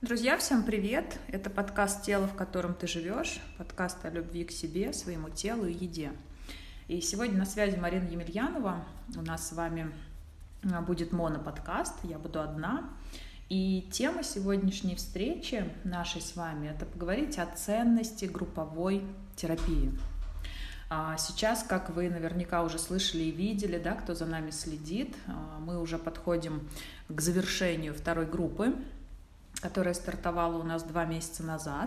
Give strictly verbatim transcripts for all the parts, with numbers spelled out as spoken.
Друзья, всем привет! Это подкаст «Тело, в котором ты живешь», подкаст о любви к себе, своему телу и еде. И сегодня на связи Марина Емельянова. У нас с вами будет моноподкаст, я буду одна. И тема сегодняшней встречи нашей с вами – это поговорить о ценности групповой терапии. Сейчас, как вы наверняка уже слышали и видели, да, кто за нами следит, мы уже подходим к завершению второй группы, которая стартовала у нас два месяца назад,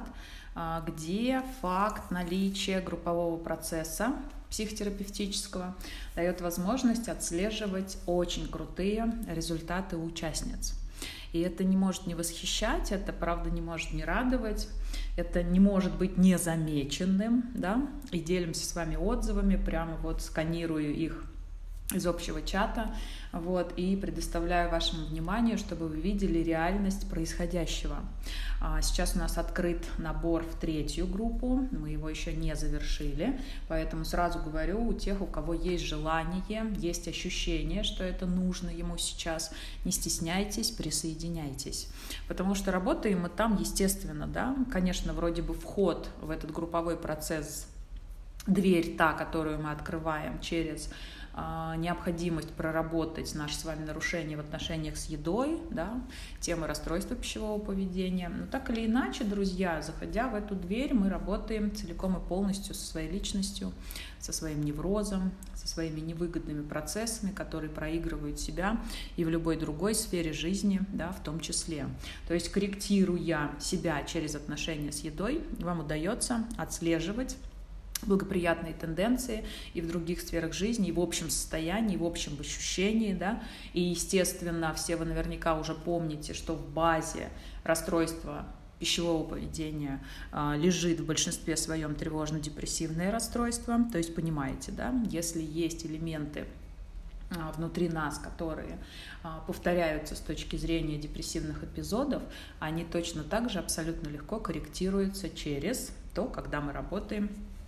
где факт наличия группового процесса психотерапевтического дает возможность отслеживать очень крутые результаты у участниц. И это не может не восхищать, это, правда, не может не радовать, это не может быть незамеченным, да, и делимся с вами отзывами, прямо вот сканирую их из общего чата, вот, и предоставляю вашему вниманию, чтобы вы видели реальность происходящего. Сейчас у нас открыт набор в третью группу, мы его еще не завершили, поэтому сразу говорю, у тех, у кого есть желание, есть ощущение, что это нужно ему сейчас, не стесняйтесь, присоединяйтесь, потому что работаем мы там, естественно, да, конечно, вроде бы вход в этот групповой процесс, дверь та, которую мы открываем через необходимость проработать наши с вами нарушения в отношениях с едой, да, темы расстройства пищевого поведения. Но так или иначе, друзья, заходя в эту дверь, мы работаем целиком и полностью со своей личностью, со своим неврозом, со своими невыгодными процессами, которые проигрывают себя и в любой другой сфере жизни, да, в том числе. То есть, корректируя себя через отношения с едой, вам удается отслеживать благоприятные тенденции и в других сферах жизни, и в общем состоянии, и в общем ощущении, да, и, естественно, все вы наверняка уже помните, что в базе расстройства пищевого поведения а, лежит в большинстве своем тревожно-депрессивное расстройство, то есть понимаете, да, если есть элементы а, внутри нас, которые а, повторяются с точки зрения депрессивных эпизодов, они точно так же абсолютно легко корректируются через то, когда мы работаем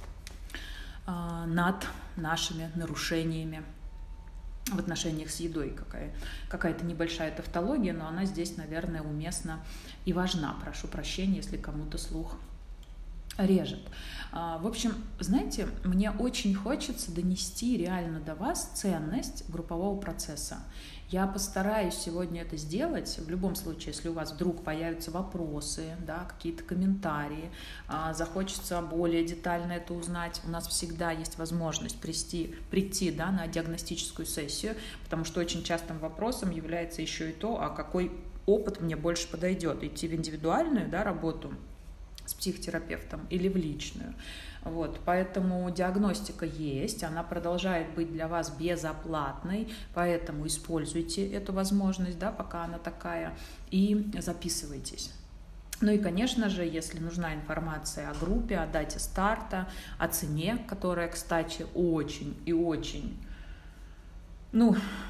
над нашими нарушениями в отношениях с едой. Какая, какая-то небольшая тавтология, но она здесь, наверное, уместна и важна. Прошу прощения, если кому-то слух режет. В общем, знаете, мне очень хочется донести реально до вас ценность группового процесса. Я постараюсь сегодня это сделать. В любом случае, если у вас вдруг появятся вопросы, да, какие-то комментарии, захочется более детально это узнать, у нас всегда есть возможность прийти, прийти да, на диагностическую сессию, потому что очень частым вопросом является еще и то, а какой опыт мне больше подойдет, идти в индивидуальную, да, работу с психотерапевтом или в личную. Вот, поэтому диагностика есть, она продолжает быть для вас безоплатной, поэтому используйте эту возможность, да, пока она такая, и записывайтесь. Ну и, конечно же, если нужна информация о группе, о дате старта, о цене, которая, кстати, очень и очень, ну,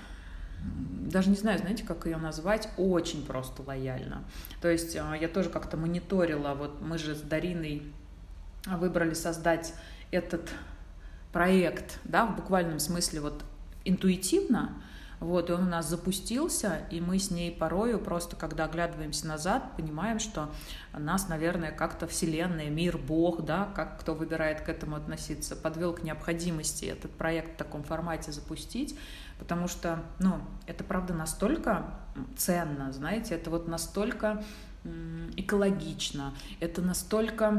даже не знаю, знаете, как ее назвать, очень просто лояльно. То есть я тоже как-то мониторила, вот мы же с Дариной выбрали создать этот проект, да, в буквальном смысле вот интуитивно, вот, и он у нас запустился, и мы с ней порою просто, когда оглядываемся назад, понимаем, что нас, наверное, как-то Вселенная, мир, Бог, да, как кто выбирает к этому относиться, подвел к необходимости этот проект в таком формате запустить, потому что, ну, это правда настолько ценно, знаете, это вот настолько экологично, это настолько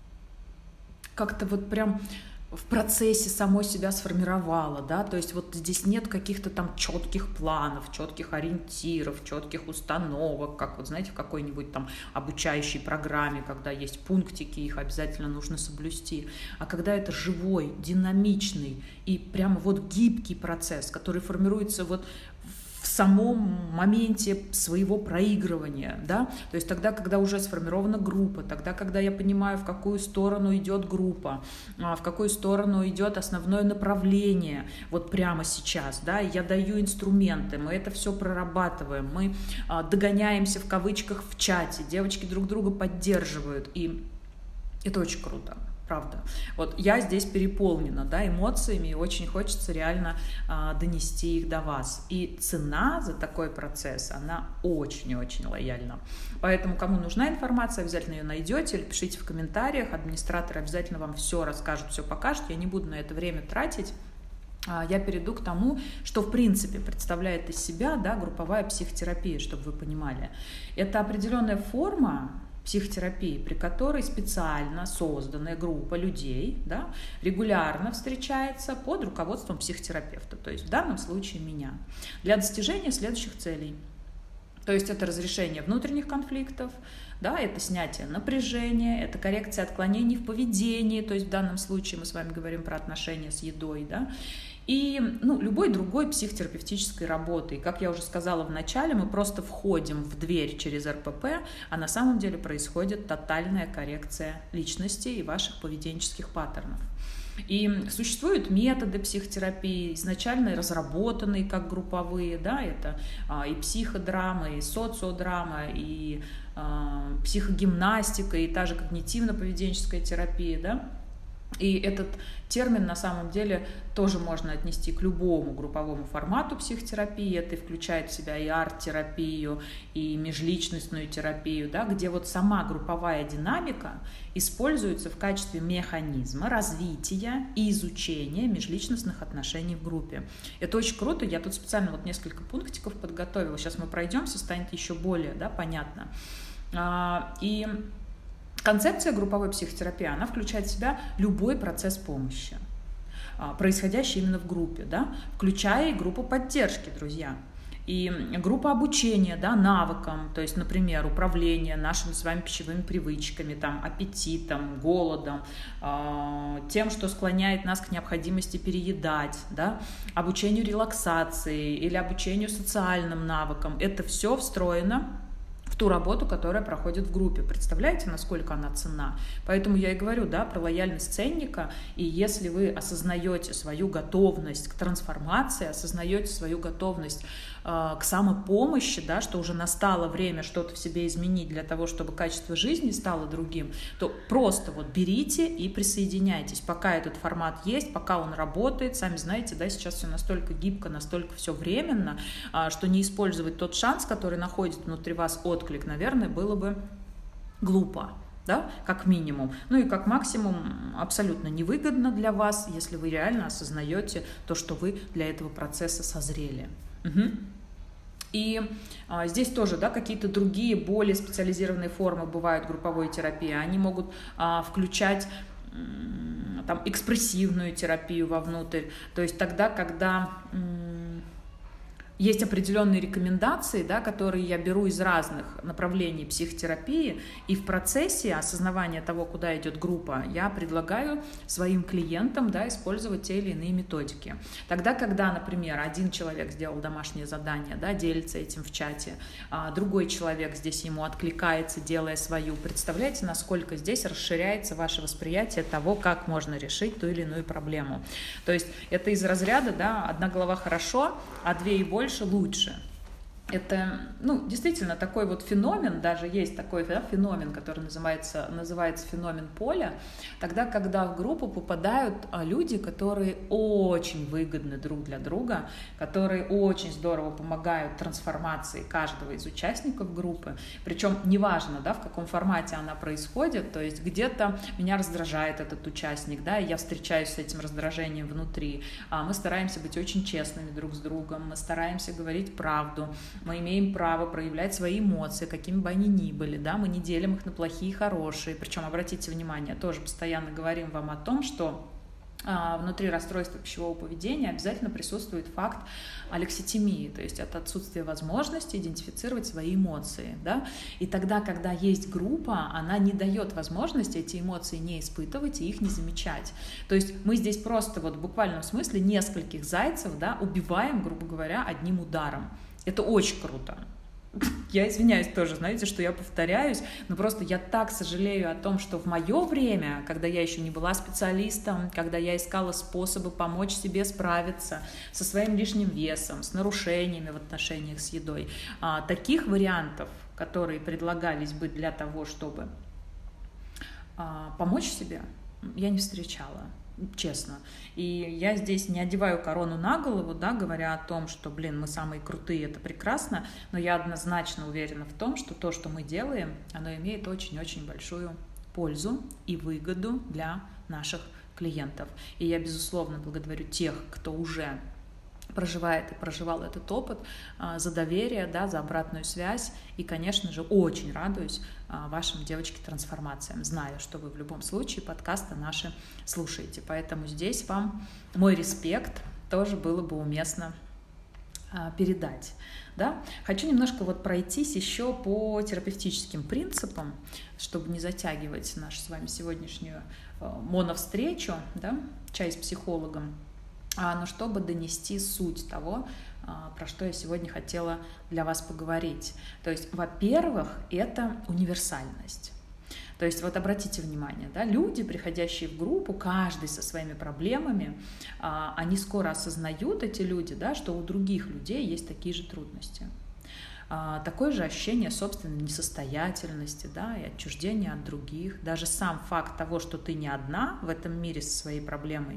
как-то вот прям в процессе самой себя сформировала, да, то есть вот здесь нет каких-то там четких планов, четких ориентиров, четких установок, как вот, знаете, в какой-нибудь там обучающей программе, когда есть пунктики, их обязательно нужно соблюсти, а когда это живой, динамичный и прямо вот гибкий процесс, который формируется вот в самом моменте своего проигрывания, да, то есть тогда, когда уже сформирована группа, тогда, когда я понимаю, в какую сторону идет группа, в какую сторону идет основное направление, вот прямо сейчас, да, я даю инструменты, мы это все прорабатываем, мы догоняемся в кавычках в чате, девочки друг друга поддерживают, и это очень круто. правда. Вот я здесь переполнена, да, эмоциями, и очень хочется реально а, донести их до вас. И цена за такой процесс, она очень-очень лояльна. Поэтому, кому нужна информация, обязательно ее найдете, или пишите в комментариях, администраторы обязательно вам все расскажут, все покажут, я не буду на это время тратить. Я перейду к тому, что в принципе представляет из себя, да, групповая психотерапия, чтобы вы понимали. Это определенная форма психотерапии, при которой специально созданная группа людей, да, регулярно встречается под руководством психотерапевта, то есть в данном случае меня, для достижения следующих целей. То есть это разрешение внутренних конфликтов, да, это снятие напряжения, это коррекция отклонений в поведении, то есть в данном случае мы с вами говорим про отношения с едой, да, и ну, любой другой психотерапевтической работы. И, как я уже сказала в начале, мы просто входим в дверь через эр пэ пэ, а на самом деле происходит тотальная коррекция личности и ваших поведенческих паттернов. И существуют методы психотерапии, изначально разработанные как групповые, да, это а, и психодрама, и социодрама, и а, психогимнастика, и та же когнитивно-поведенческая терапия, да. И этот термин на самом деле тоже можно отнести к любому групповому формату психотерапии. Это включает в себя и арт-терапию, и межличностную терапию, да, где вот сама групповая динамика используется в качестве механизма развития и изучения межличностных отношений в группе. Это очень круто. Я тут специально вот несколько пунктиков подготовила. Сейчас мы пройдемся, станет еще более, да, понятно. И концепция групповой психотерапии, она включает в себя любой процесс помощи, происходящий именно в группе, да, включая и группу поддержки, друзья, и группа обучения, да, навыкам, то есть, например, управление нашими с вами пищевыми привычками, там, аппетитом, голодом, э, тем, что склоняет нас к необходимости переедать, да, обучению релаксации или обучению социальным навыкам. Это все встроено в ту работу, которая проходит в группе. Представляете, насколько она ценна? Поэтому я и говорю, да, про лояльность ценника, и если вы осознаете свою готовность к трансформации, осознаете свою готовность э, к самопомощи, да, что уже настало время что-то в себе изменить для того, чтобы качество жизни стало другим, то просто вот берите и присоединяйтесь, пока этот формат есть, пока он работает. Сами знаете, да, сейчас все настолько гибко, настолько все временно, э, что не использовать тот шанс, который находит внутри вас от отклик, наверное, было бы глупо, да, как минимум. Ну и как максимум абсолютно невыгодно для вас, если вы реально осознаете то, что вы для этого процесса созрели. Угу. И а, здесь тоже, да, какие-то другие, более специализированные формы бывают групповой терапии. Они могут а, включать м, там, экспрессивную терапию вовнутрь. То есть тогда, когда м, есть определенные рекомендации, да, которые я беру из разных направлений психотерапии, и в процессе осознавания того, куда идет группа, я предлагаю своим клиентам, да, использовать те или иные методики. Тогда, когда, например, один человек сделал домашнее задание, да, делится этим в чате, а другой человек здесь ему откликается, делая свою, представляете, насколько здесь расширяется ваше восприятие того, как можно решить ту или иную проблему. То есть это из разряда, да, одна голова хорошо, а две и больше лучше. Это, ну, действительно такой вот феномен, даже есть такой, да, феномен, который называется, называется феномен поля, тогда, когда в группу попадают люди, которые очень выгодны друг для друга, которые очень здорово помогают трансформации каждого из участников группы, причем неважно, да, в каком формате она происходит, то есть где-то меня раздражает этот участник, да, и я встречаюсь с этим раздражением внутри, мы стараемся быть очень честными друг с другом, мы стараемся говорить правду, мы имеем право проявлять свои эмоции, какими бы они ни были, да, мы не делим их на плохие и хорошие, причем, обратите внимание, тоже постоянно говорим вам о том, что а, внутри расстройства пищевого поведения обязательно присутствует факт алекситимии, то есть это отсутствие возможности идентифицировать свои эмоции, да, и тогда, когда есть группа, она не дает возможности эти эмоции не испытывать и их не замечать, то есть мы здесь просто вот в буквальном смысле нескольких зайцев, да, убиваем, грубо говоря, одним ударом. Это очень круто. Я извиняюсь тоже, знаете, что я повторяюсь, но просто я так сожалею о том, что в мое время, когда я еще не была специалистом, когда я искала способы помочь себе справиться со своим лишним весом, с нарушениями в отношениях с едой, таких вариантов, которые предлагались бы для того, чтобы помочь себе, я не встречала, честно. И я здесь не одеваю корону на голову, да, говоря о том, что, блин, мы самые крутые, это прекрасно, но я однозначно уверена в том, что то, что мы делаем, оно имеет очень-очень большую пользу и выгоду для наших клиентов. И я, безусловно, благодарю тех, кто уже проживает и проживал этот опыт, за доверие, да, за обратную связь. И, конечно же, очень радуюсь вашим, девочки, трансформациям, зная, что вы в любом случае подкасты наши слушаете. Поэтому здесь вам мой респект тоже было бы уместно передать. Да? Хочу немножко вот пройтись еще по терапевтическим принципам, чтобы не затягивать нашу с вами сегодняшнюю моновстречу, да, чай с психологом, но чтобы донести суть того, про что я сегодня хотела для вас поговорить. То есть, во-первых, это универсальность. То есть, вот обратите внимание, да, люди, приходящие в группу, каждый со своими проблемами, они скоро осознают, эти люди, да, что у других людей есть такие же трудности. Такое же ощущение собственной несостоятельности, да, и отчуждения от других. Даже сам факт того, что ты не одна в этом мире со своей проблемой,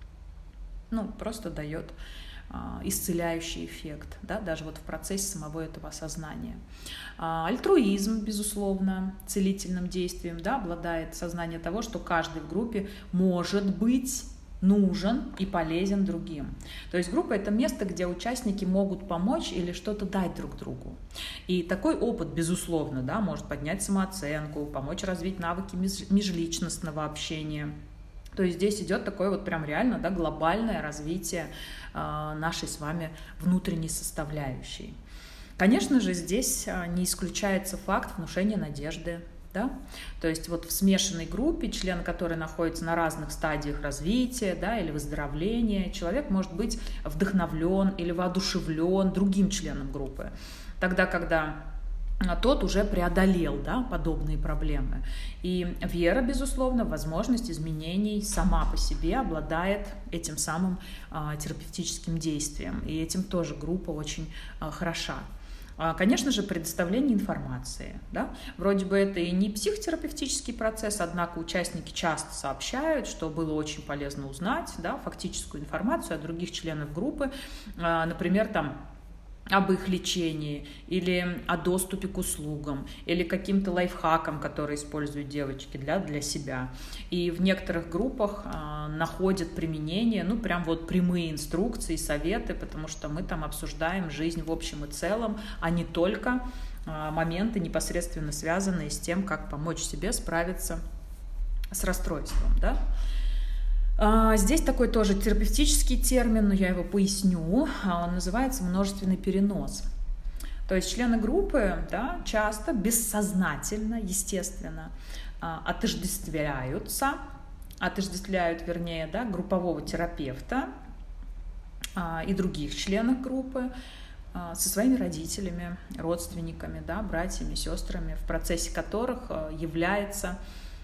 ну, просто дает а, исцеляющий эффект, да, даже вот в процессе самого этого осознания. А, альтруизм, безусловно, целительным действием, да, обладает сознание того, что каждый в группе может быть нужен и полезен другим. То есть группа — это место, где участники могут помочь или что-то дать друг другу. И такой опыт, безусловно, да, может поднять самооценку, помочь развить навыки межличностного общения. То есть здесь идет такое вот прям реально, да, глобальное развитие э, нашей с вами внутренней составляющей. Конечно же, здесь не исключается факт внушения надежды. Да? То есть вот в смешанной группе, член которой находится на разных стадиях развития, да, или выздоровления, человек может быть вдохновлен или воодушевлен другим членом группы. Тогда, когда тот уже преодолел, да, подобные проблемы. И вера, безусловно, в возможность изменений сама по себе обладает этим самым а, терапевтическим действием. И этим тоже группа очень а, хороша. А, конечно же, предоставление информации. Да? Вроде бы это и не психотерапевтический процесс, однако участники часто сообщают, что было очень полезно узнать, да, фактическую информацию от других членов группы. А, например, там, об их лечении, или о доступе к услугам, или каким-то лайфхакам, которые используют девочки для, для себя. И в некоторых группах а, находят применение, ну, прям вот прямые инструкции, советы, потому что мы там обсуждаем жизнь в общем и целом, а не только а, моменты, непосредственно связанные с тем, как помочь себе справиться с расстройством, да? Здесь такой тоже терапевтический термин, но я его поясню. Он называется множественный перенос. То есть члены группы, да, часто бессознательно, естественно, отождествляются, отождествляют, вернее, да, группового терапевта и других членов группы со своими родителями, родственниками, да, братьями, сестрами, в процессе которых является...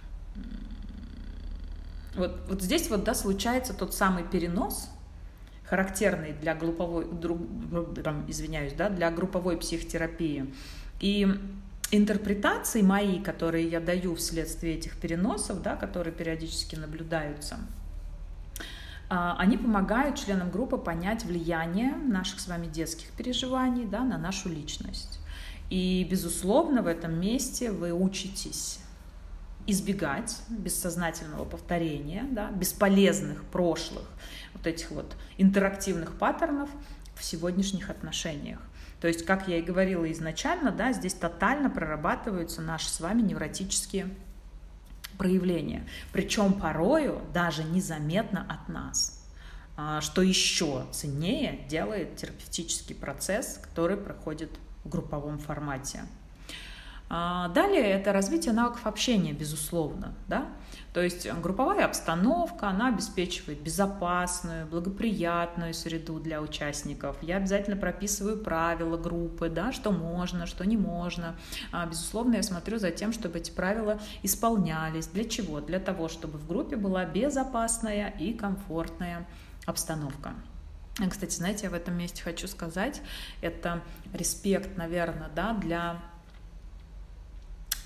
Вот, вот здесь вот, да, случается тот самый перенос, характерный для групповой, извиняюсь, да, для групповой психотерапии. И интерпретации мои, которые я даю вследствие этих переносов, да, которые периодически наблюдаются, они помогают членам группы понять влияние наших с вами детских переживаний, да, на нашу личность. И, безусловно, в этом месте вы учитесь избегать бессознательного повторения, да, бесполезных прошлых вот этих вот интерактивных паттернов в сегодняшних отношениях. То есть, как я и говорила изначально, да, здесь тотально прорабатываются наши с вами невротические проявления, причем порою даже незаметно от нас, что еще ценнее делает терапевтический процесс, который проходит в групповом формате. Далее это развитие навыков общения, безусловно, да? То есть групповая обстановка, она обеспечивает безопасную, благоприятную среду для участников. Я обязательно прописываю правила группы, да, что можно, что не можно. Безусловно, я смотрю за тем, чтобы эти правила исполнялись. Для чего? Для того, чтобы в группе была безопасная и комфортная обстановка. Кстати, знаете, я в этом месте хочу сказать, это респект, наверное, да, для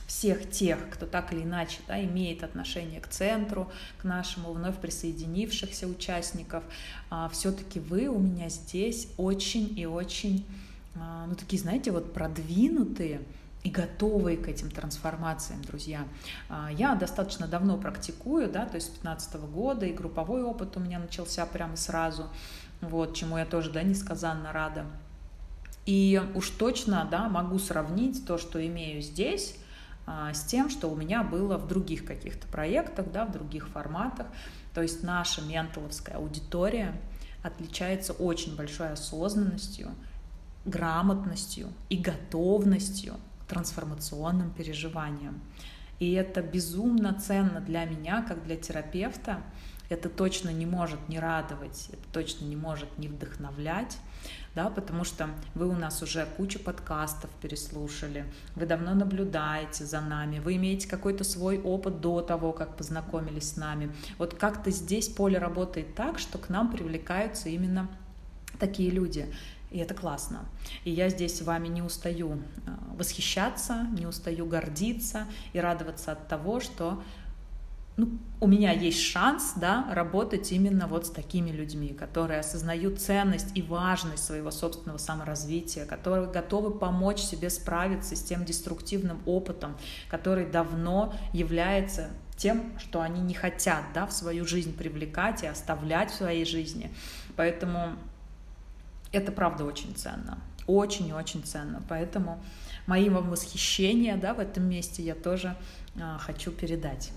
всех тех, кто так или иначе, да, имеет отношение к центру, к нашему вновь присоединившихся участников. Все-таки вы у меня здесь очень и очень, ну, такие, знаете, вот продвинутые и готовые к этим трансформациям, друзья. Я достаточно давно практикую, да, то есть с пятнадцатого года, и групповой опыт у меня начался прямо сразу, вот, чему я тоже, да, несказанно рада. И уж точно, да, могу сравнить то, что имею здесь, с тем, что у меня было в других каких-то проектах, да, в других форматах. То есть наша менталовская аудитория отличается очень большой осознанностью, грамотностью и готовностью к трансформационным переживаниям. И это безумно ценно для меня, как для терапевта. Это точно не может не радовать, это точно не может не вдохновлять, да, потому что вы у нас уже кучу подкастов переслушали, вы давно наблюдаете за нами, вы имеете какой-то свой опыт до того, как познакомились с нами. Вот как-то здесь поле работает так, что к нам привлекаются именно такие люди. И это классно. И я здесь с вами не устаю восхищаться, не устаю гордиться и радоваться от того, что ну, у меня есть шанс, да, работать именно вот с такими людьми, которые осознают ценность и важность своего собственного саморазвития, которые готовы помочь себе справиться с тем деструктивным опытом, который давно является тем, что они не хотят, да, в свою жизнь привлекать и оставлять в своей жизни. Поэтому это правда очень ценно, очень и очень ценно. Поэтому мои вам восхищения, да, в этом месте я тоже а, хочу передать.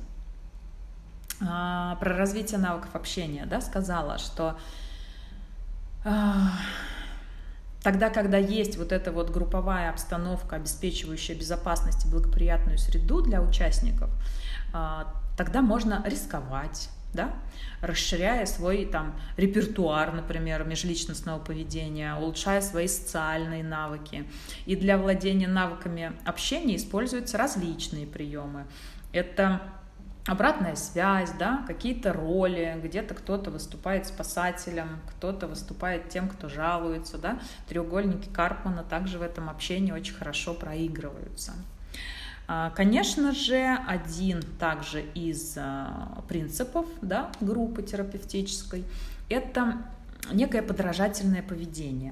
А, про развитие навыков общения, да, сказала, что а, тогда, когда есть вот эта вот групповая обстановка, обеспечивающая безопасность и благоприятную среду для участников, а, тогда можно рисковать, да, расширяя свой там репертуар, например, межличностного поведения, улучшая свои социальные навыки. И для владения навыками общения используются различные приемы. Это обратная связь, да, какие-то роли, где-то кто-то выступает спасателем, кто-то выступает тем, кто жалуется, да. Треугольники Карпмана также в этом общении очень хорошо проигрываются. Конечно же, один также из принципов, да, группы терапевтической – это некое подражательное поведение.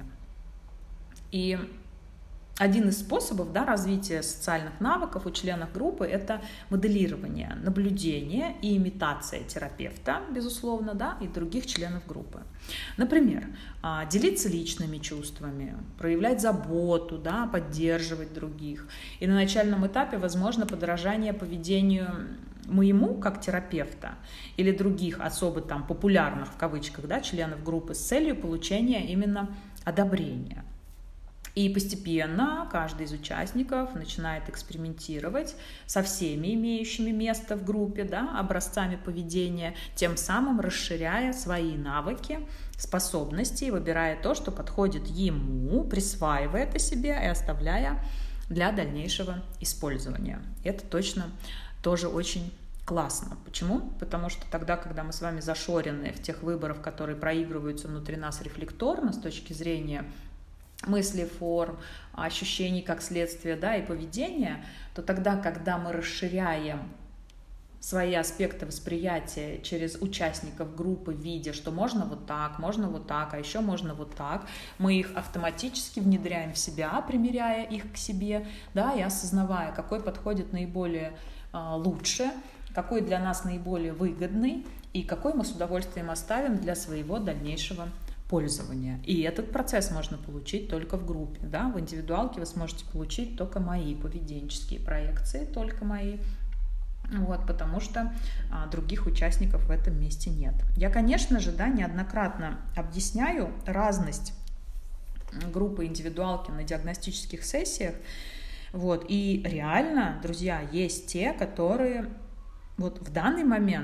И один из способов, да, развития социальных навыков у членов группы – это моделирование, наблюдение и имитация терапевта, безусловно, да, и других членов группы. Например, делиться личными чувствами, проявлять заботу, да, поддерживать других. И на начальном этапе возможно подражание поведению моему как терапевта или других особо там популярных в кавычках, да, членов группы с целью получения именно одобрения. И постепенно каждый из участников начинает экспериментировать со всеми имеющими место в группе, да, образцами поведения, тем самым расширяя свои навыки, способности, выбирая то, что подходит ему, присваивая это себе и оставляя для дальнейшего использования. Это точно тоже очень классно. Почему? Потому что тогда, когда мы с вами зашорены в тех выборах, которые проигрываются внутри нас рефлекторно с точки зрения мыслей, форм, ощущений как следствие, да, и поведения, то тогда, когда мы расширяем свои аспекты восприятия через участников группы, видя, что можно вот так, можно вот так, а еще можно вот так, мы их автоматически внедряем в себя, примеряя их к себе, да, и осознавая, какой подходит наиболее э, лучше, какой для нас наиболее выгодный и какой мы с удовольствием оставим для своего дальнейшего пользования. И этот процесс можно получить только в группе. Да? В индивидуалке вы сможете получить только мои поведенческие проекции, только мои, вот, потому что а, других участников в этом месте нет. Я, конечно же, да, неоднократно объясняю разность группы индивидуалки на диагностических сессиях. Вот, и реально, друзья, есть те, которые вот в данный момент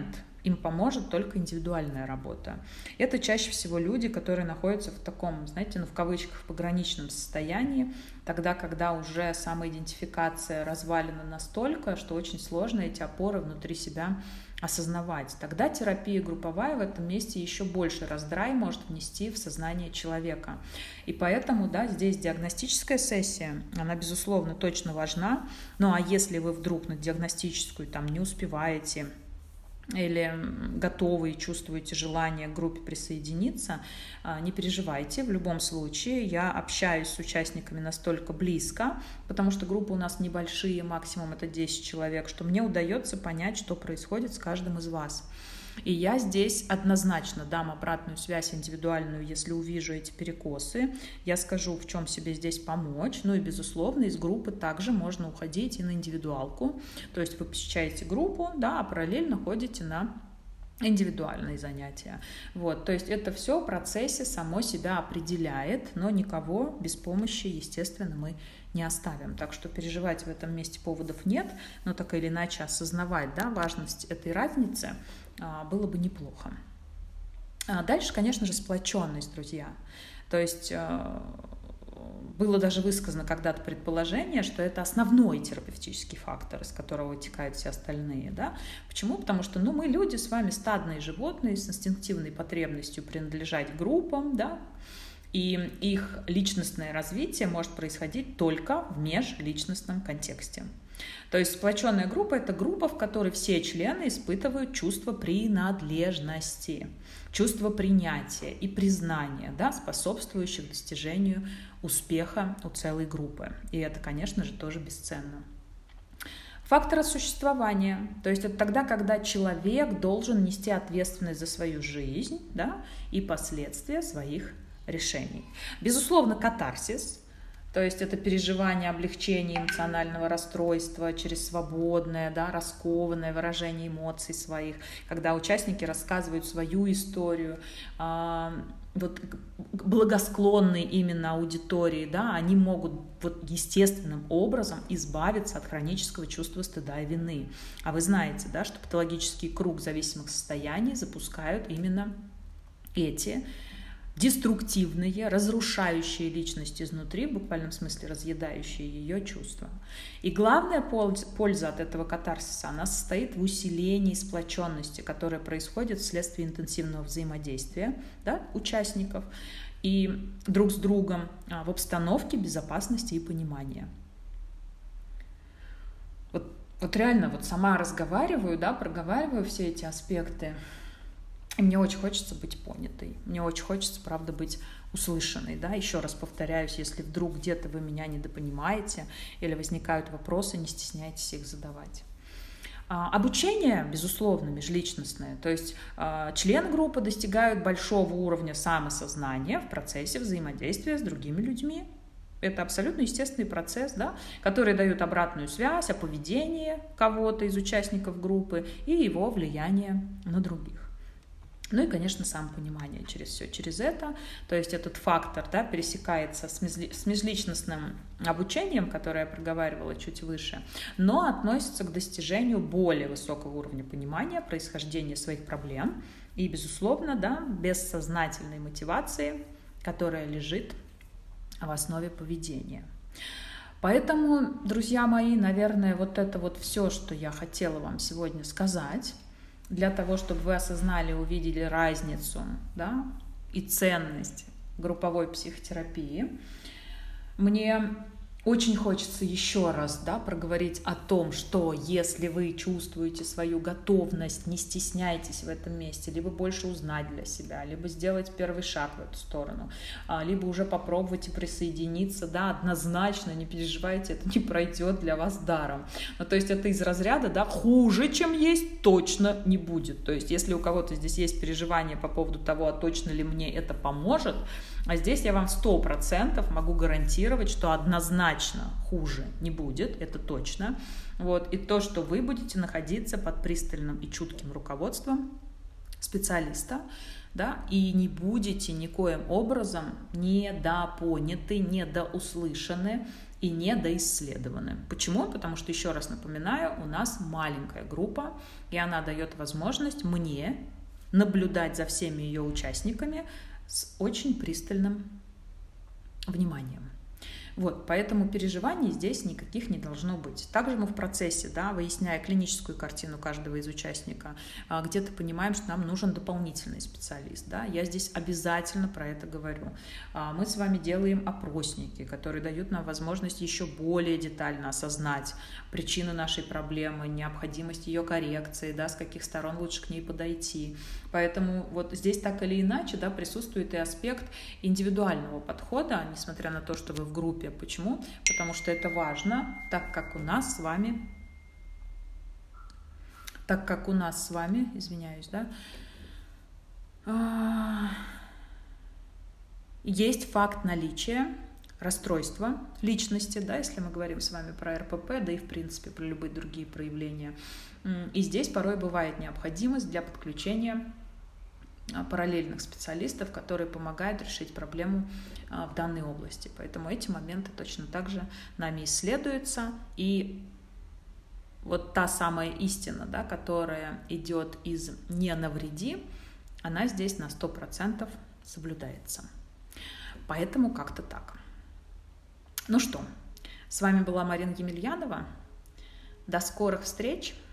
им поможет только индивидуальная работа. Это чаще всего люди, которые находятся в таком, знаете, ну в кавычках, в пограничном состоянии, тогда, когда уже самоидентификация развалена настолько, что очень сложно эти опоры внутри себя осознавать. Тогда терапия групповая в этом месте еще больше раздрай может внести в сознание человека. И поэтому, да, здесь диагностическая сессия, она, безусловно, точно важна. Ну а если вы вдруг на диагностическую там не успеваете или готовы и чувствуете желание к группе присоединиться, не переживайте. В любом случае я общаюсь с участниками настолько близко, потому что группы у нас небольшие, максимум это десять человек, что мне удается понять, что происходит с каждым из вас. И я здесь однозначно дам обратную связь индивидуальную, если увижу эти перекосы. Я скажу, в чем себе здесь помочь. Ну и, безусловно, из группы также можно уходить и на индивидуалку. То есть вы посещаете группу, да, а параллельно ходите на индивидуальные занятия. Вот, то есть это все в процессе само себя определяет, но никого без помощи, естественно, мы не оставим. Так что переживать в этом месте поводов нет, но так или иначе осознавать, да, важность этой разницы было бы неплохо. Дальше, конечно же, сплоченность, друзья. То есть было даже высказано когда-то предположение, что это основной терапевтический фактор, из которого вытекают все остальные. Да? Почему? Потому что ну, мы люди с вами стадные животные с инстинктивной потребностью принадлежать группам, да? И их личностное развитие может происходить только в межличностном контексте. То есть сплоченная группа – это группа, в которой все члены испытывают чувство принадлежности, чувство принятия и признания, да, способствующих достижению успеха у целой группы. И это, конечно же, тоже бесценно. Фактор существования, то есть это тогда, когда человек должен нести ответственность за свою жизнь, да, и последствия своих решений. Безусловно, катарсис. То есть это переживание облегчения эмоционального расстройства через свободное, да, раскованное выражение эмоций своих, когда участники рассказывают свою историю, э, вот благосклонные именно аудитории, да, они могут вот естественным образом избавиться от хронического чувства стыда и вины. А вы знаете, да, что патологический круг зависимых состояний запускают именно эти деструктивные, разрушающие личность изнутри, в буквальном смысле разъедающие ее чувства. И главная польза от этого катарсиса, она состоит в усилении сплоченности, которая происходит вследствие интенсивного взаимодействия, да, участников и друг с другом в обстановке безопасности и понимания. Вот, вот реально вот сама разговариваю, да, проговариваю все эти аспекты. И мне очень хочется быть понятой, мне очень хочется, правда, быть услышанной. Да? Еще раз повторяюсь, если вдруг где-то вы меня недопонимаете или возникают вопросы, не стесняйтесь их задавать. А, обучение, безусловно, межличностное, то есть а, члены группы достигают большого уровня самосознания в процессе взаимодействия с другими людьми. Это абсолютно естественный процесс, да, который дает обратную связь о поведении кого-то из участников группы и его влияние на других. Ну и, конечно, самопонимание через все, через это. То есть этот фактор, да, пересекается с, межли, с межличностным обучением, которое я проговаривала чуть выше, но относится к достижению более высокого уровня понимания происхождения своих проблем и, безусловно, да, бессознательной мотивации, которая лежит в основе поведения. Поэтому, друзья мои, наверное, вот это вот все, что я хотела вам сегодня сказать, для того, чтобы вы осознали, увидели разницу, да, и ценность групповой психотерапии. Мне очень хочется еще раз, да, проговорить о том, что если вы чувствуете свою готовность, не стесняйтесь в этом месте, либо больше узнать для себя, либо сделать первый шаг в эту сторону, либо уже попробовать и присоединиться, да, однозначно, не переживайте, это не пройдет для вас даром. Ну, то есть это из разряда, да, хуже, чем есть, точно не будет. То есть если у кого-то здесь есть переживания по поводу того, а точно ли мне это поможет, а здесь я вам сто процентов могу гарантировать, что однозначно хуже не будет, это точно. Вот. И то, что вы будете находиться под пристальным и чутким руководством специалиста, да, и не будете никоим образом недопоняты, недоуслышаны и недоисследованы. Почему? Потому что, еще раз напоминаю, у нас маленькая группа, и она дает возможность мне наблюдать за всеми ее участниками с очень пристальным вниманием. Вот, поэтому переживаний здесь никаких не должно быть. Также мы в процессе, да, выясняя клиническую картину каждого из участников, где-то понимаем, что нам нужен дополнительный специалист. Да. Я здесь обязательно про это говорю. Мы с вами делаем опросники, которые дают нам возможность еще более детально осознать причину нашей проблемы, необходимость ее коррекции, да, с каких сторон лучше к ней подойти. Поэтому вот здесь так или иначе, да, присутствует и аспект индивидуального подхода, несмотря на то, что вы в группе. Почему? Потому что это важно, так как у нас с вами, так как у нас с вами, извиняюсь, да, есть факт наличия расстройства личности, да, если мы говорим с вами про эр пэ пэ, да и в принципе про любые другие проявления. И здесь порой бывает необходимость для подключения параллельных специалистов, которые помогают решить проблему в данной области. Поэтому эти моменты точно так же нами исследуются. И вот та самая истина, да, которая идет из «не навреди», она здесь на сто процентов соблюдается. Поэтому как-то так. Ну что, с вами была Марина Емельянова. До скорых встреч!